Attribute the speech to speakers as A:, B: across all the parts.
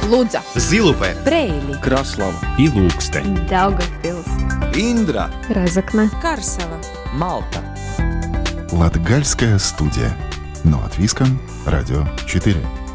A: Лудза,
B: Зилупе,
A: Брейли,
C: Краслава
D: и Лукстен,
A: Даугавпилс,
C: Индра,
A: Разокна,
E: Карсела,
C: Малта.
F: Латгальская студия. Но от Виском, Радио 4.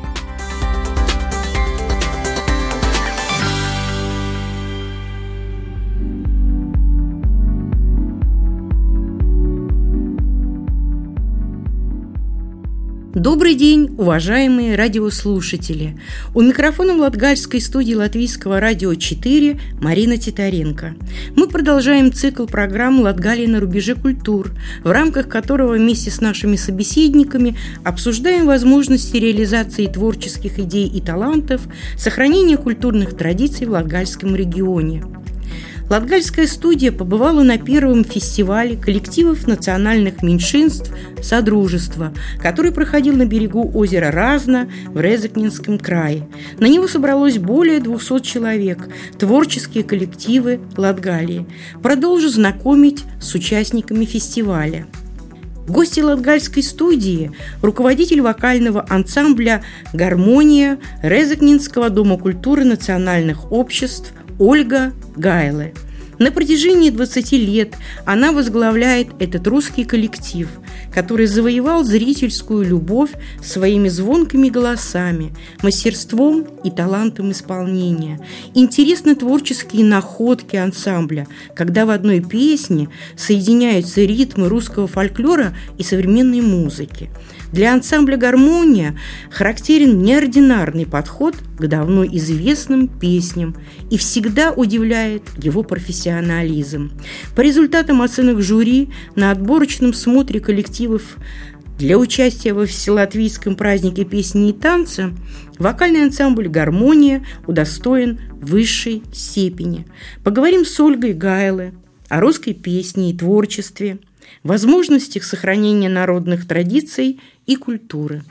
G: Добрый день, уважаемые радиослушатели! У микрофона в Латгальской студии Латвийского радио 4 Марина Титаренко. Мы продолжаем цикл программ «Латгалия на рубеже культур», в рамках которого вместе с нашими собеседниками обсуждаем возможности реализации творческих идей и талантов, сохранения культурных традиций в Латгальском регионе. Латгальская студия побывала на первом фестивале коллективов национальных меньшинств «Содружество», который проходил на берегу озера Разна в Резекненском крае. На него собралось более 200 человек, творческие коллективы Латгалии. Продолжу знакомить с участниками фестиваля. Гости Латгальской студии – руководитель вокального ансамбля «Гармония» Резекненского дома культуры национальных обществ Ольга Гайле. На протяжении 20 лет она возглавляет этот русский коллектив, который завоевал зрительскую любовь своими звонкими голосами, мастерством и талантом исполнения. Интересны творческие находки ансамбля, когда в одной песне соединяются ритмы русского фольклора и современной музыки. Для ансамбля «Гармония» характерен неординарный подход к давно известным песням и всегда удивляет его профессионализм. По результатам оценок жюри на отборочном смотре коллективов для участия во Вселатвийском празднике песни и танца вокальный ансамбль «Гармония» удостоен высшей степени. Поговорим с Ольгой Гайле о русской песне и творчестве, возможностях сохранения народных традиций и культуры.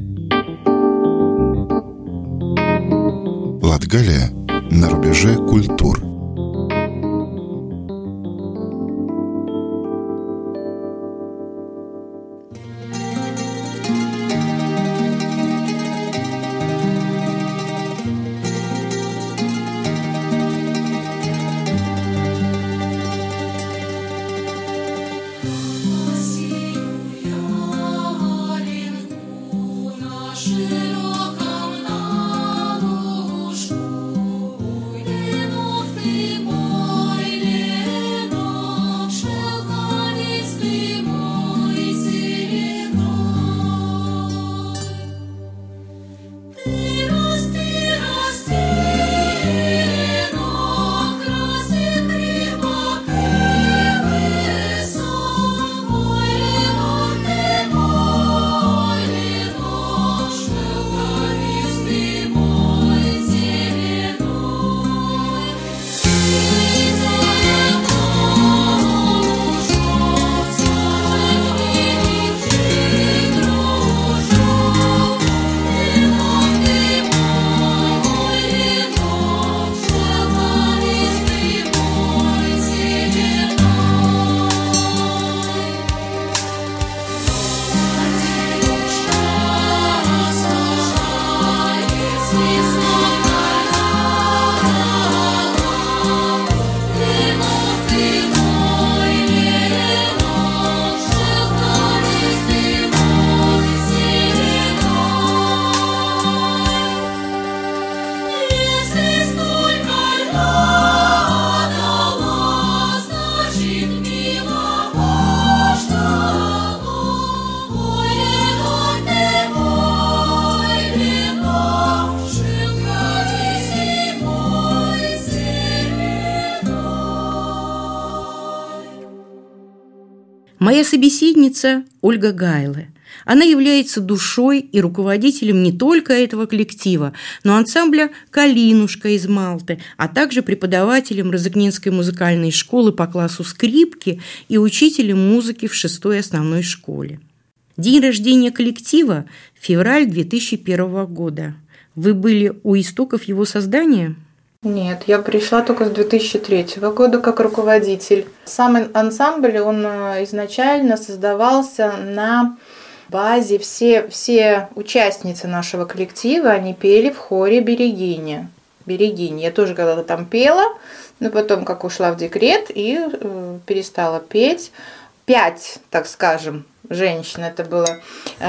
F: Латгалия на рубеже культур.
G: Моя собеседница Ольга Гайле. Она является душой и руководителем не только этого коллектива, но ансамбля «Калинушка» из Малты, а также преподавателем Резекненской музыкальной школы по классу скрипки и учителем музыки в 6-й основной школе. День рождения коллектива – февраль 2001 года. Вы были у истоков его создания?
E: Нет, я пришла только с 2003 года как руководитель. Сам ансамбль, он изначально создавался на базе все участницы нашего коллектива, они пели в хоре «Берегини». «Берегини». Я тоже когда-то там пела, но потом как ушла в декрет и перестала петь. 5, так скажем, женщин. Это была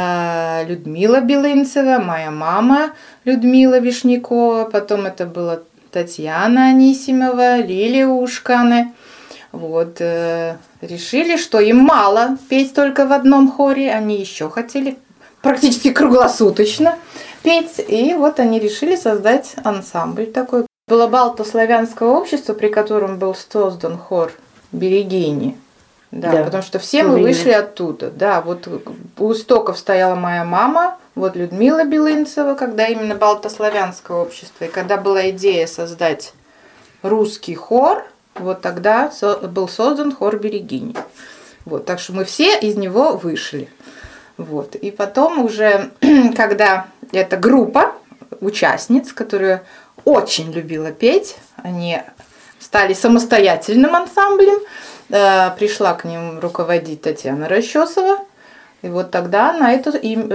E: Людмила Белынцева, моя мама Людмила Вишнякова, потом это была Татьяна Анисимова, Лилия Ушканы. Вот, решили, что им мало петь только в одном хоре, они еще хотели практически круглосуточно петь, и вот они решили создать ансамбль такой. Было Балто-славянское общество, при котором был создан хор «Берегини». Да, потому что все мы вышли оттуда. Да, вот у истоков стояла моя мама, вот Людмила Белынцева, когда именно Балто-славянское общество. И когда была идея создать русский хор, вот тогда был создан хор «Берегини». Вот, так что мы все из него вышли. Вот. И потом уже, когда эта группа участниц, которая очень любила петь, они стали самостоятельным ансамблем, пришла к ним руководить Татьяна Расчесова, и вот тогда она это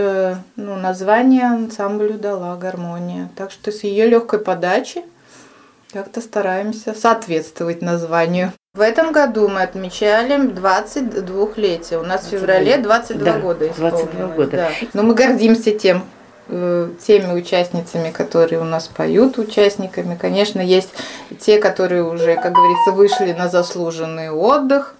E: название ансамблю дала «Гармония». Так что с ее легкой подачи как-то стараемся соответствовать названию. В этом году мы отмечали 22-летие. У нас в феврале 22 года исполнилось. 22 года. Да. Но мы гордимся теми участницами, которые у нас поют, участниками. Конечно, есть те, которые уже, как говорится, вышли на заслуженный отдых.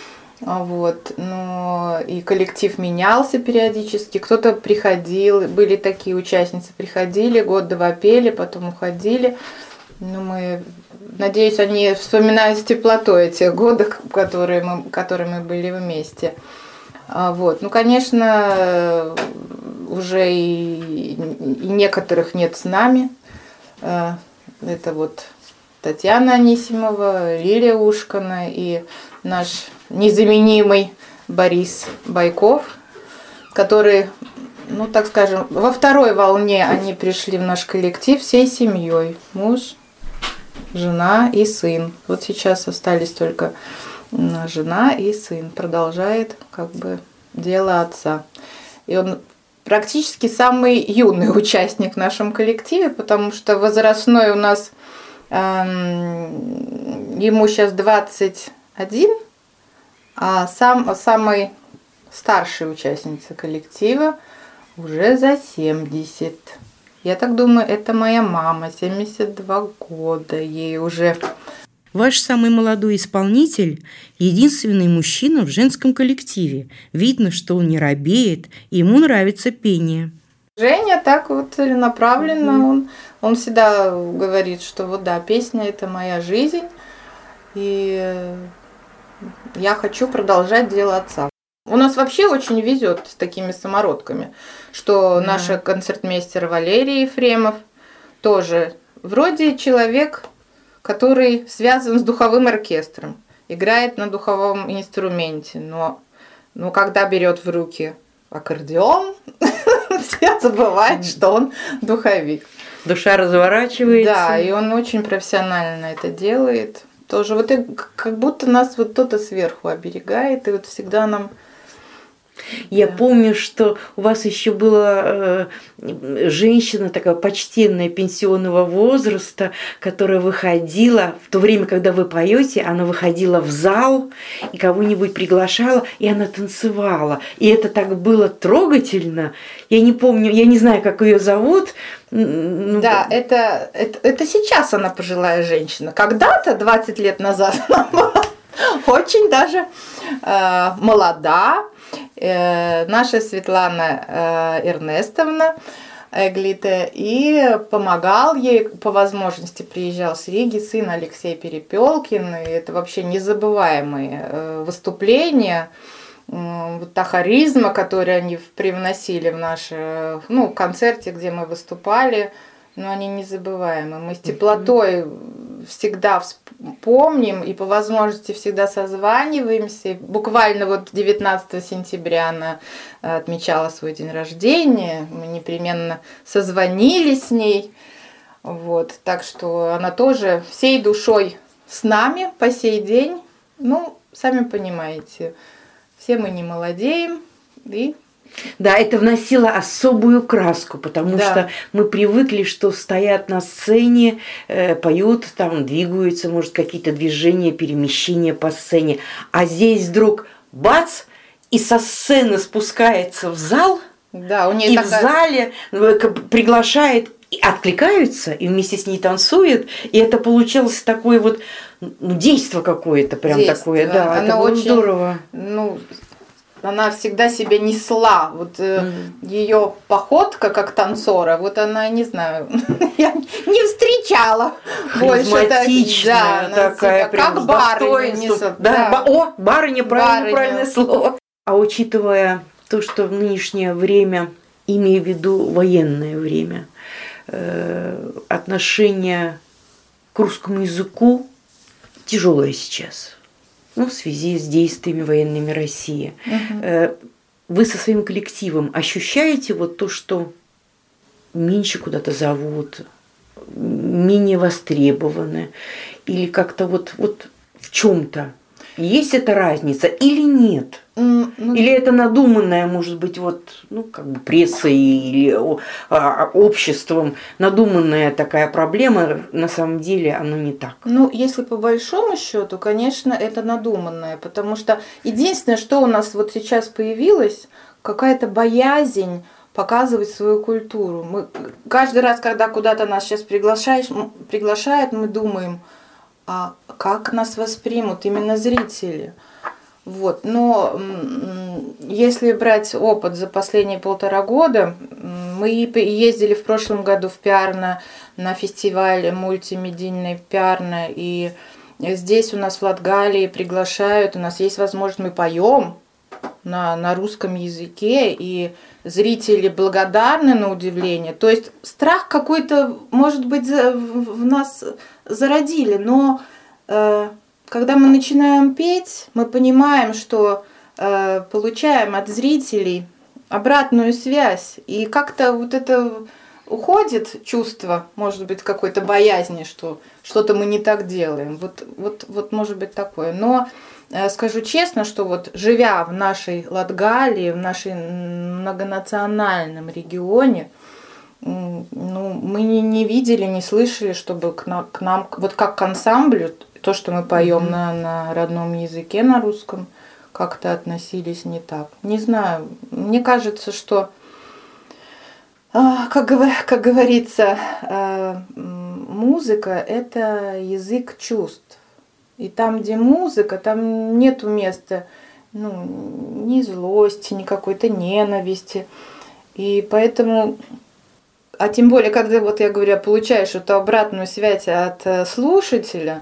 E: Вот. Но и коллектив менялся периодически. Кто-то приходил, были такие участницы, приходили, год-два пели, потом уходили. Но мы, надеюсь, они вспоминают с теплотой те годы, которые мы были вместе. Вот. Ну, конечно, уже и некоторых нет с нами. Это вот Татьяна Анисимова, Лилия Ушкана и наш незаменимый Борис Байков, которые, ну, так скажем, во второй волне они пришли в наш коллектив всей семьей. Муж, жена и сын. Вот сейчас остались только жена и сын. Продолжает как бы дело отца. И он практически самый юный участник в нашем коллективе, потому что возрастной у нас, ему сейчас 21, а самой старшей участнице коллектива уже за 70. Я так думаю, это моя мама, 72 года ей уже.
G: Ваш самый молодой исполнитель – единственный мужчина в женском коллективе. Видно, что он не робеет, и ему нравится пение.
E: Женя так вот целенаправленно, он всегда говорит, что вот да, песня – это моя жизнь, и я хочу продолжать дело отца. У нас вообще очень везет с такими самородками, что наш концертмейстер Валерий Ефремов тоже вроде человек, который связан с духовым оркестром, играет на духовом инструменте, но когда берет в руки аккордеон, все забывают, что он духовик.
G: Душа разворачивается.
E: Да, и он очень профессионально это делает. Тоже вот как будто нас вот кто-то сверху оберегает, и вот всегда нам...
G: Я помню, что у вас еще была женщина такая почтенная пенсионного возраста, которая выходила в то время, когда вы поете, она выходила в зал и кого-нибудь приглашала, и она танцевала. И это так было трогательно. Я не помню, я не знаю, как ее зовут.
E: Да, это сейчас она пожилая женщина. Когда-то, 20 лет назад, она была очень даже молода. Наша Светлана Эрнестовна Эглите, и помогал ей по возможности, приезжал с Риги сын Алексей Перепелкин, и это вообще незабываемые выступления, вот та харизма, которую они привносили в наш концерте, где мы выступали, но они незабываемы. Мы с теплотой всегда помним и по возможности всегда созваниваемся. Буквально вот 19 сентября она отмечала свой день рождения. Мы непременно созвонились с ней. Вот. Так что она тоже всей душой с нами по сей день. Ну, сами понимаете, все мы не молодеем и
G: Да, это вносило особую краску, потому что мы привыкли, что стоят на сцене, поют, там двигаются, может, какие-то движения, перемещения по сцене. А здесь вдруг бац, и со сцены спускается в зал,
E: у нее
G: и в зале приглашает, и откликаются, и вместе с ней танцуют. И это получилось такое вот действо какое-то, прям такое. Да,
E: она
G: это было
E: очень
G: здорово.
E: Она всегда себя несла, вот ее походка как танцора, вот она, не знаю, я не встречала больше
G: такая,
E: как барыня.
G: Барыня, правильное слово. А учитывая то, что в нынешнее время, имея в виду военное время, отношение к русскому языку тяжелое сейчас. В связи с действиями военными России. Вы со своим коллективом ощущаете вот то, что меньше куда-то зовут, менее востребованы, или как-то вот в чем-то есть эта разница или нет? Или это надуманная, может быть, прессой или обществом надуманная такая проблема, на самом деле оно не так?
E: Если по большому счету, конечно, это надуманное, потому что единственное, что у нас вот сейчас появилось, какая-то боязнь показывать свою культуру. Мы каждый раз, когда куда-то нас сейчас приглашают, мы думаем, а как нас воспримут именно зрители? Но если брать опыт за последние 1,5 года, мы ездили в прошлом году в Пярно на фестиваль мультимедийный Пярно, и здесь у нас в Латгалии приглашают, у нас есть возможность, мы поем на русском языке, и зрители благодарны на удивление. То есть страх какой-то, может быть, в нас зародили, но когда мы начинаем петь, мы понимаем, что получаем от зрителей обратную связь, и как-то вот это уходит чувство, может быть, какой-то боязни, что что-то мы не так делаем. Вот может быть такое. Но скажу честно, что живя в нашей Латгалии, в нашей многонациональном регионе, мы не видели, не слышали, чтобы к нам как к ансамблю, то, что мы поем на родном языке, на русском, как-то относились не так. Не знаю, мне кажется, что, как говорится, музыка – это язык чувств. И там, где музыка, там нету места ни злости, ни какой-то ненависти. И поэтому... А тем более, когда я говорю, получаешь эту обратную связь от слушателя,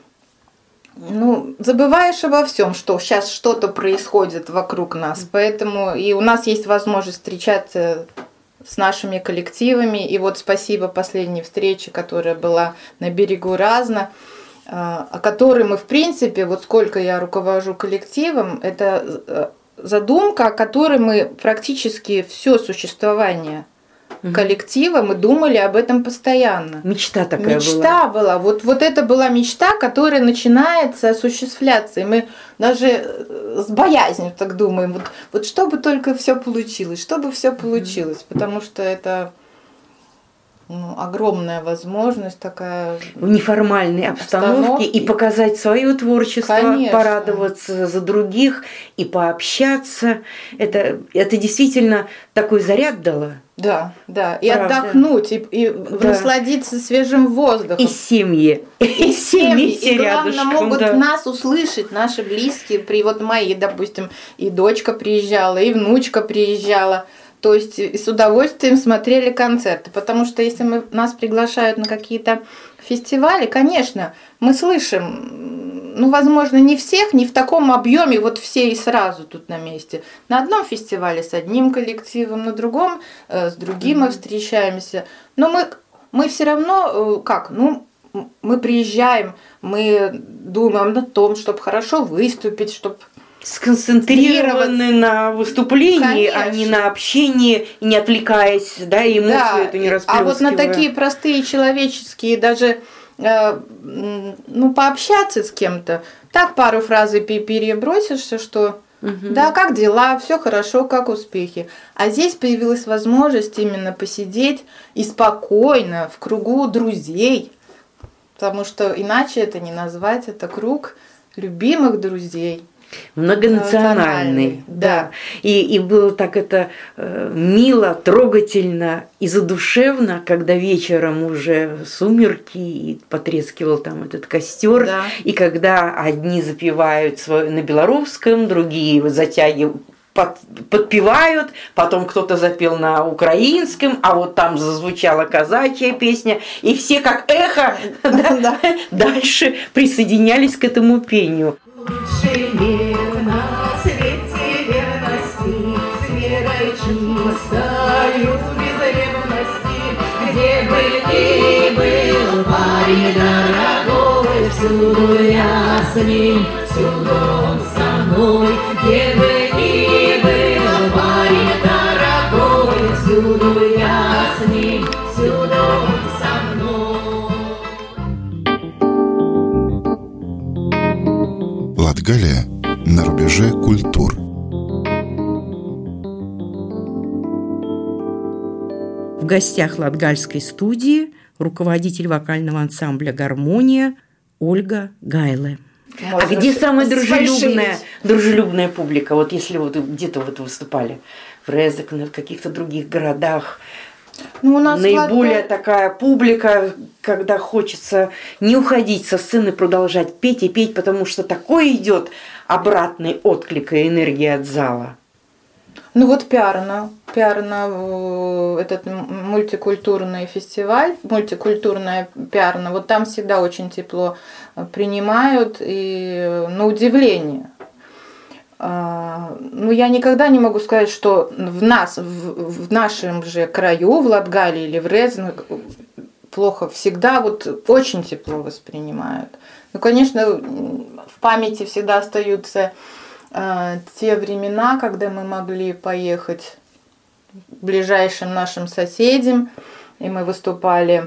E: забываешь обо всем, что сейчас что-то происходит вокруг нас. Поэтому и у нас есть возможность встречаться с нашими коллективами. И спасибо последней встрече, которая была на берегу Разно, о которой мы, в принципе, сколько я руковожу коллективом, это задумка, о которой мы практически все существование коллектива, мы думали об этом постоянно.
G: Мечта такая
E: была. Вот это была мечта, которая начинается осуществляться. И мы даже с боязнью так думаем, чтобы только все получилось, потому что это огромная возможность такая
G: в неформальной обстановке и показать свое творчество, конечно, порадоваться за других и пообщаться. Это действительно такой заряд дало.
E: Да, и отдохнуть, и насладиться свежим воздухом.
G: И семьи.
E: И главное, могут нас услышать, наши близкие. Мои, допустим, и дочка приезжала, и внучка приезжала. То есть с удовольствием смотрели концерты. Потому что если нас приглашают на какие-то фестивали, конечно, мы слышим, возможно, не всех, не в таком объеме, все и сразу тут на месте. На одном фестивале с одним коллективом, на другом с другим мы встречаемся. Но мы все равно, мы приезжаем, мы думаем о том, чтобы хорошо выступить, чтобы
G: сконцентрированы на выступлении, конечно, а не на общении, не отвлекаясь, эмоцию эту не расплескивая.
E: А на такие простые человеческие, даже пообщаться с кем-то, так пару фраз перебросишься, что Да, как дела, все хорошо, как успехи. А здесь появилась возможность именно посидеть и спокойно в кругу друзей, потому что иначе это не назвать, это круг любимых друзей.
G: Многонациональный, да. И было так это мило, трогательно и задушевно, когда вечером уже сумерки, и потрескивал там этот костер,
E: Да.
G: и когда одни запевают на белорусском, другие затягивают, подпевают, потом кто-то запел на украинском, а вот там зазвучала казачья песня, и все как эхо дальше присоединялись к этому пению.
A: Лучший мир на свете верности, с верой чистою, без ревности, где бы ни был парень дорогой, всюду я с ним, всюду он со мной, где бы ни был парень дорогой, всюду я с ним, всюду он со мной.
F: Латгалия на рубеже культур.
G: В гостях Латгальской студии руководитель вокального ансамбля «Гармония» Ольга Гайле. А где самая дружелюбная публика? Вот если вот где-то вот выступали в Резекне, в каких-то других городах,
E: Ну, у нас
G: наиболее такая публика, когда хочется не уходить со сцены, продолжать петь и петь, потому что такой идет обратный отклик и энергия от зала.
E: Ну вот Пярна, этот мультикультурный фестиваль, мультикультурная Пярна, вот там всегда очень тепло принимают и на удивление. Ну, я никогда не могу сказать, что в нашем же краю, в Латгалии или в Резне, плохо. Всегда вот очень тепло воспринимают. Ну, конечно, в памяти всегда остаются те времена, когда мы могли поехать к ближайшим нашим соседям, и мы выступали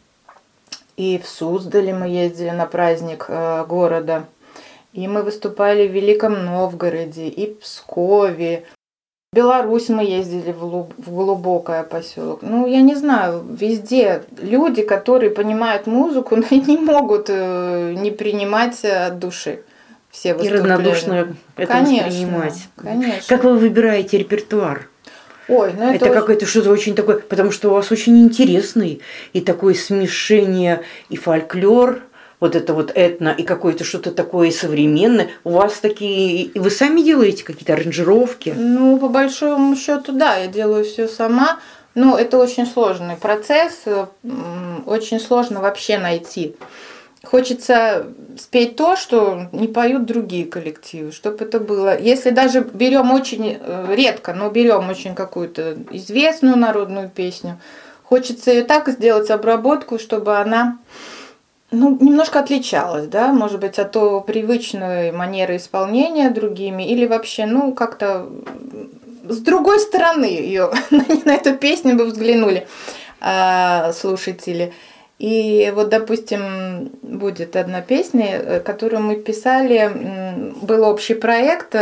E: и в Суздале, мы ездили на праздник города, и мы выступали в Великом Новгороде, и в Пскове. В Беларусь мы ездили в глубокое поселок. Ну, я не знаю, везде люди, которые понимают музыку, не могут не принимать от души все выступления.
G: И равнодушно это воспринимать.
E: Конечно.
G: Как вы выбираете репертуар?
E: Ой, ну
G: это какое-то что-то очень такое, потому что у вас очень интересный и такое смешение и фольклор, вот это вот этно, и какое-то что-то такое современное. У вас такие... И вы сами делаете какие-то аранжировки?
E: Ну, по большому счету, да, я делаю все сама. Но это очень сложный процесс, очень сложно вообще найти. Хочется спеть то, что не поют другие коллективы, чтобы это было. Если даже берем очень редко, но берем очень какую-то известную народную песню, хочется ее так сделать обработку, чтобы она немножко отличалась, да, может быть, от привычной манеры исполнения другими, или вообще, как-то с другой стороны ее на эту песню бы взглянули слушатели. И вот, допустим, будет одна песня, которую мы писали, был общий проект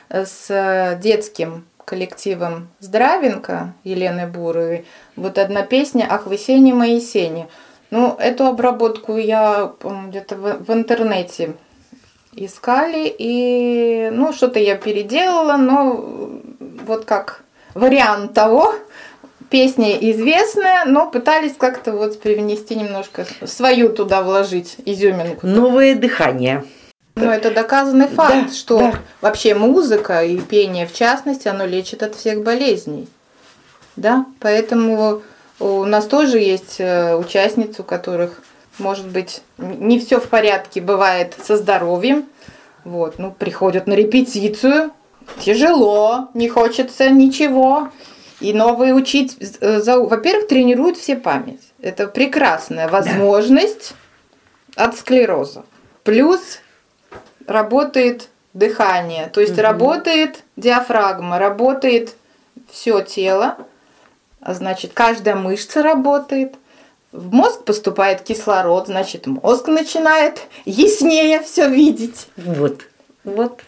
E: с детским коллективом Здравенко Елены Буровой. Вот одна песня «Ах, вы сени, мои сени». Ну, эту обработку я где-то в интернете искали, и, что-то я переделала, но вот как вариант того, песня известная, но пытались как-то вот привнести немножко свою туда вложить изюминку.
G: Новое дыхание.
E: Но это доказанный факт, что вообще музыка и пение в частности, оно лечит от всех болезней. Да, поэтому у нас тоже есть участницы, у которых, может быть, не все в порядке бывает со здоровьем. Вот, приходят на репетицию, тяжело, не хочется ничего. И новые учить, во-первых, тренируют все память. Это прекрасная возможность от склероза. Плюс работает дыхание, то есть работает диафрагма, работает все тело, а значит, каждая мышца работает. В мозг поступает кислород, значит, мозг начинает яснее все видеть.
G: Вот.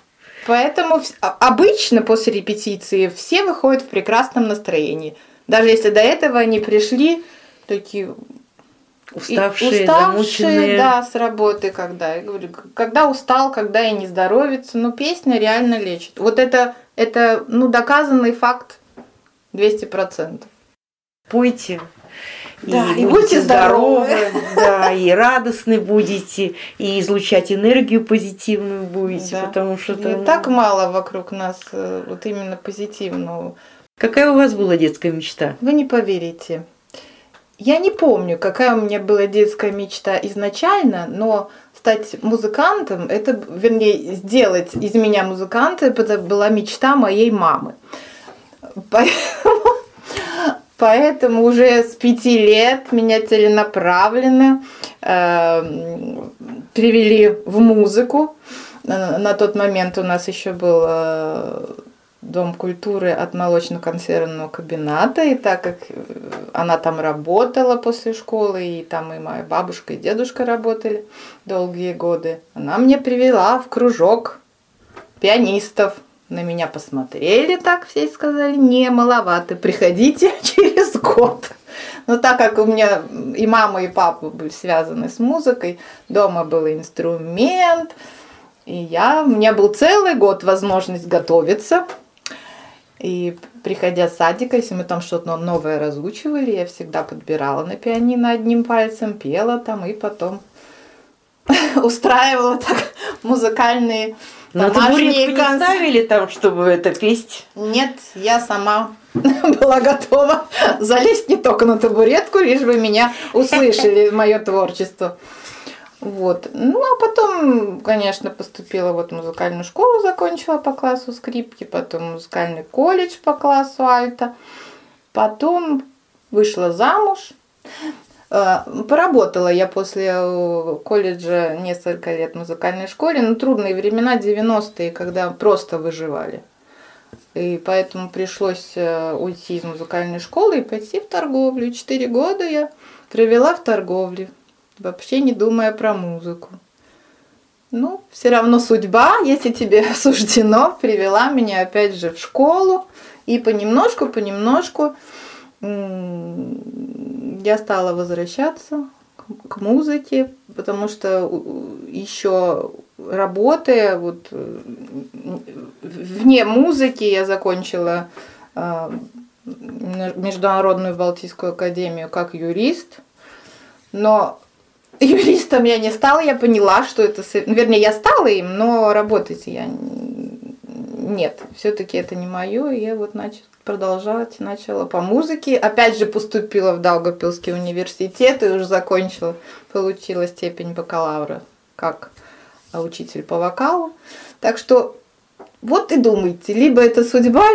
E: Поэтому обычно после репетиции все выходят в прекрасном настроении. Даже если до этого они пришли такие
G: уставшие, замученные.
E: Да, с работы, когда. Я говорю, когда устал, когда и не здоровится, но песня реально лечит. Вот это доказанный факт 200%.
G: Пойте.
E: Да, и будьте здоровы.
G: Да, и радостны будете, и излучать энергию позитивную будете,
E: да.
G: Потому что
E: там... так мало вокруг нас вот именно позитивного.
G: Какая у вас была детская мечта?
E: Вы не поверите. Я не помню, какая у меня была детская мечта изначально, но стать музыкантом, сделать из меня музыканта, это была мечта моей мамы. Поэтому уже с 5 лет меня целенаправленно привели в музыку. На тот момент у нас еще был Дом культуры от молочно-консервного комбината, и так как она там работала после школы, и там и моя бабушка, и дедушка работали долгие годы, она мне привела в кружок пианистов. На меня посмотрели так все и сказали: не, маловато, приходите через год. Но так как у меня и мама, и папа были связаны с музыкой, дома был инструмент, и у меня был целый год возможность готовиться. И приходя с садика, если мы там что-то новое разучивали, я всегда подбирала на пианино одним пальцем, пела там и потом устраивала так музыкальные домашние
G: концерты. Не ставили там, чтобы это петь?
E: Нет, я сама была готова залезть не только на табуретку, лишь бы меня услышали, мое творчество. Вот. Ну, а потом, конечно, поступила в музыкальную школу, закончила по классу скрипки, потом музыкальный колледж по классу альта, потом вышла замуж. Поработала я после колледжа несколько лет в музыкальной школе, но трудные времена 90-е, когда просто выживали. И поэтому пришлось уйти из музыкальной школы и пойти в торговлю. 4 года я провела в торговле, вообще не думая про музыку. Ну, все равно судьба, если тебе суждено, привела меня опять же в школу. И понемножку я стала возвращаться к музыке, потому что еще работая вне музыки, я закончила Международную Балтийскую академию как юрист, но юристом я не стала, я поняла, что это... Вернее, я стала им, но работать я... Нет, все-таки это не мое, и я начала по музыке. Опять же поступила в Даугавпилский университет и уже закончила, получила степень бакалавра как учитель по вокалу. Так что вот и думайте, либо это судьба,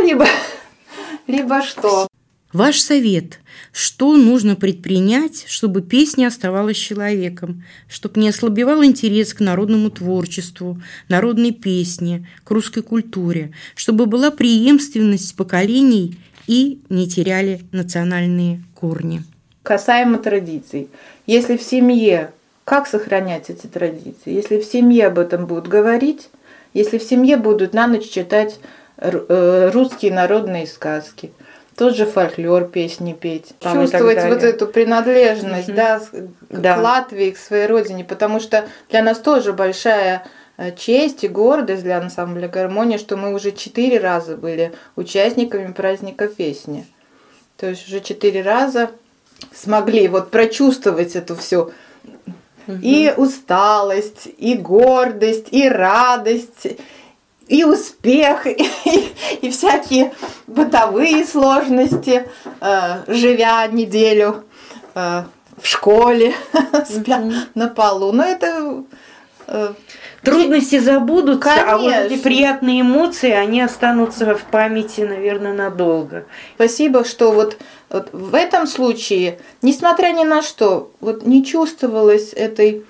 E: либо что.
G: Ваш совет. Что нужно предпринять, чтобы песня оставалась человеком, чтобы не ослабевал интерес к народному творчеству, народной песне, к русской культуре, чтобы была преемственность поколений и не теряли национальные корни?
E: Касаемо традиций. Если в семье, как сохранять эти традиции? Если в семье об этом будут говорить, если в семье будут на ночь читать русские народные сказки, тот же фольклор, песни петь, там чувствовать эту принадлежность к Латвии, к своей родине, потому что для нас тоже большая честь и гордость для ансамбля «Гармония», что мы уже 4 раза были участниками праздника песни. То есть уже 4 раза смогли прочувствовать эту всю и усталость, и гордость, и радость, и успех, и всякие бытовые сложности, живя неделю в школе, спя на полу. Но это...
G: Трудности забудутся,
E: конечно.
G: А вот эти приятные эмоции, они останутся в памяти, наверное, надолго.
E: Спасибо, что вот в этом случае, несмотря ни на что, не чувствовалось этой...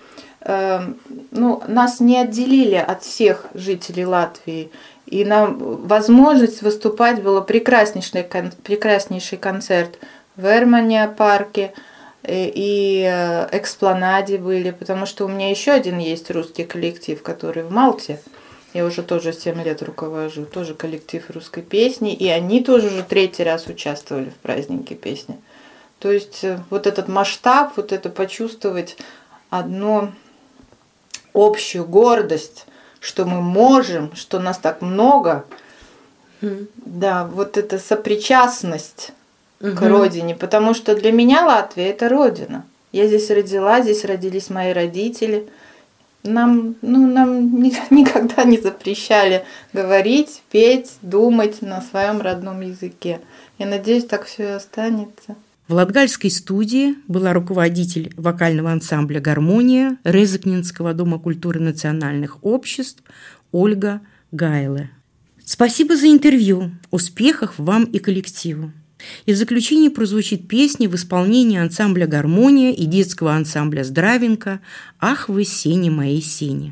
E: нас не отделили от всех жителей Латвии, и нам возможность выступать было прекраснейший концерт в Эрмане парке и Экспланаде были, потому что у меня еще один есть русский коллектив, который в Малте Я уже тоже 7 лет руковожу, тоже коллектив русской песни, и они тоже уже 3-й раз участвовали в празднике песни. То есть вот этот масштаб, вот это почувствовать одну общую гордость, что мы можем, что нас так много, да, вот эта сопричастность к родине, потому что для меня Латвия – это родина. Я здесь родилась, здесь родились мои родители. Нам никогда не запрещали говорить, петь, думать на своем родном языке. Я надеюсь, так все и останется.
G: В Латгальской студии была руководитель вокального ансамбля «Гармония» Резекненского дома культуры национальных обществ Ольга Гайле. Спасибо за интервью. Успехов вам и коллективу. И в заключении прозвучит песня в исполнении ансамбля «Гармония» и детского ансамбля «Здравенко» «Ах вы, сени мои сени».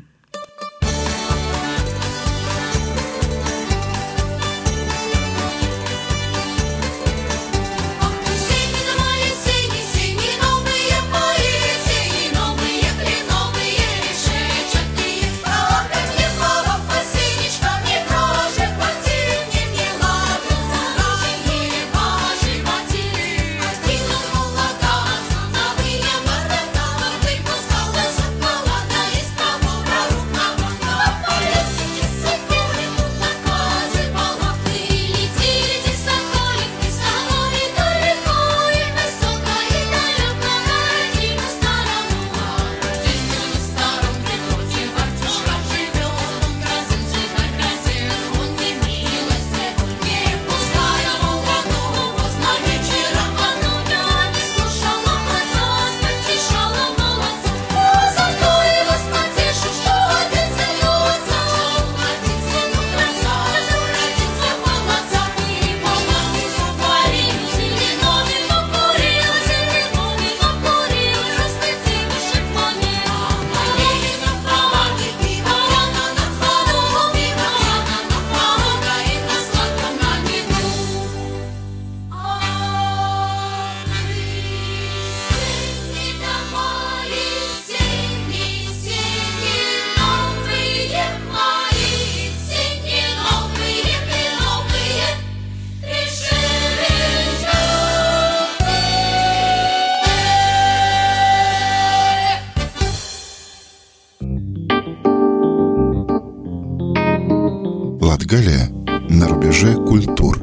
F: Латгалия на рубеже культур.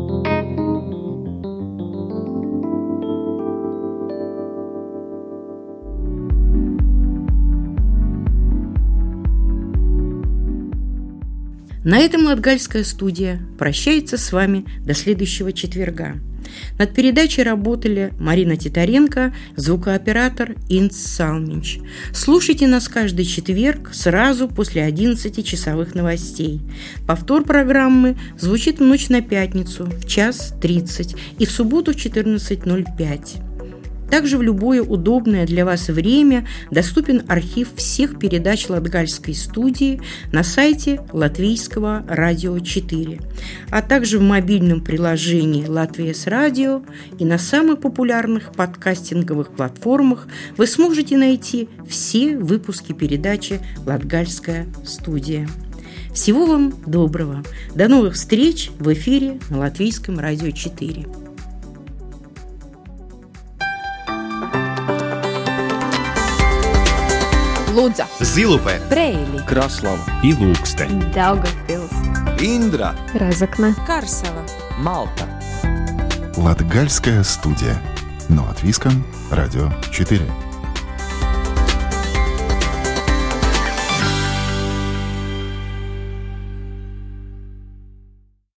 G: На этом Латгальская студия прощается с вами до следующего четверга. Над передачей работали Марина Титаренко, звукооператор Инц Салминч. Слушайте нас каждый четверг сразу после 11-часовых новостей. Повтор программы звучит в ночь на пятницу в 1:30 и в субботу в 14:05. Также в любое удобное для вас время доступен архив всех передач Латгальской студии на сайте Латвийского радио 4, а также в мобильном приложении «Латвия с радио» и на самых популярных подкастинговых платформах вы сможете найти все выпуски передачи «Латгальская студия». Всего вам доброго! До новых встреч в эфире на Латвийском радио 4.
B: Лудза,
C: Zilupē,
B: Preili,
C: Kraslava, Ilūkste,
B: Daugavpils,
C: Индра,
B: Разокна, Карсела,
C: Малта.
F: Латгальская студия. На Латвийском радио 4.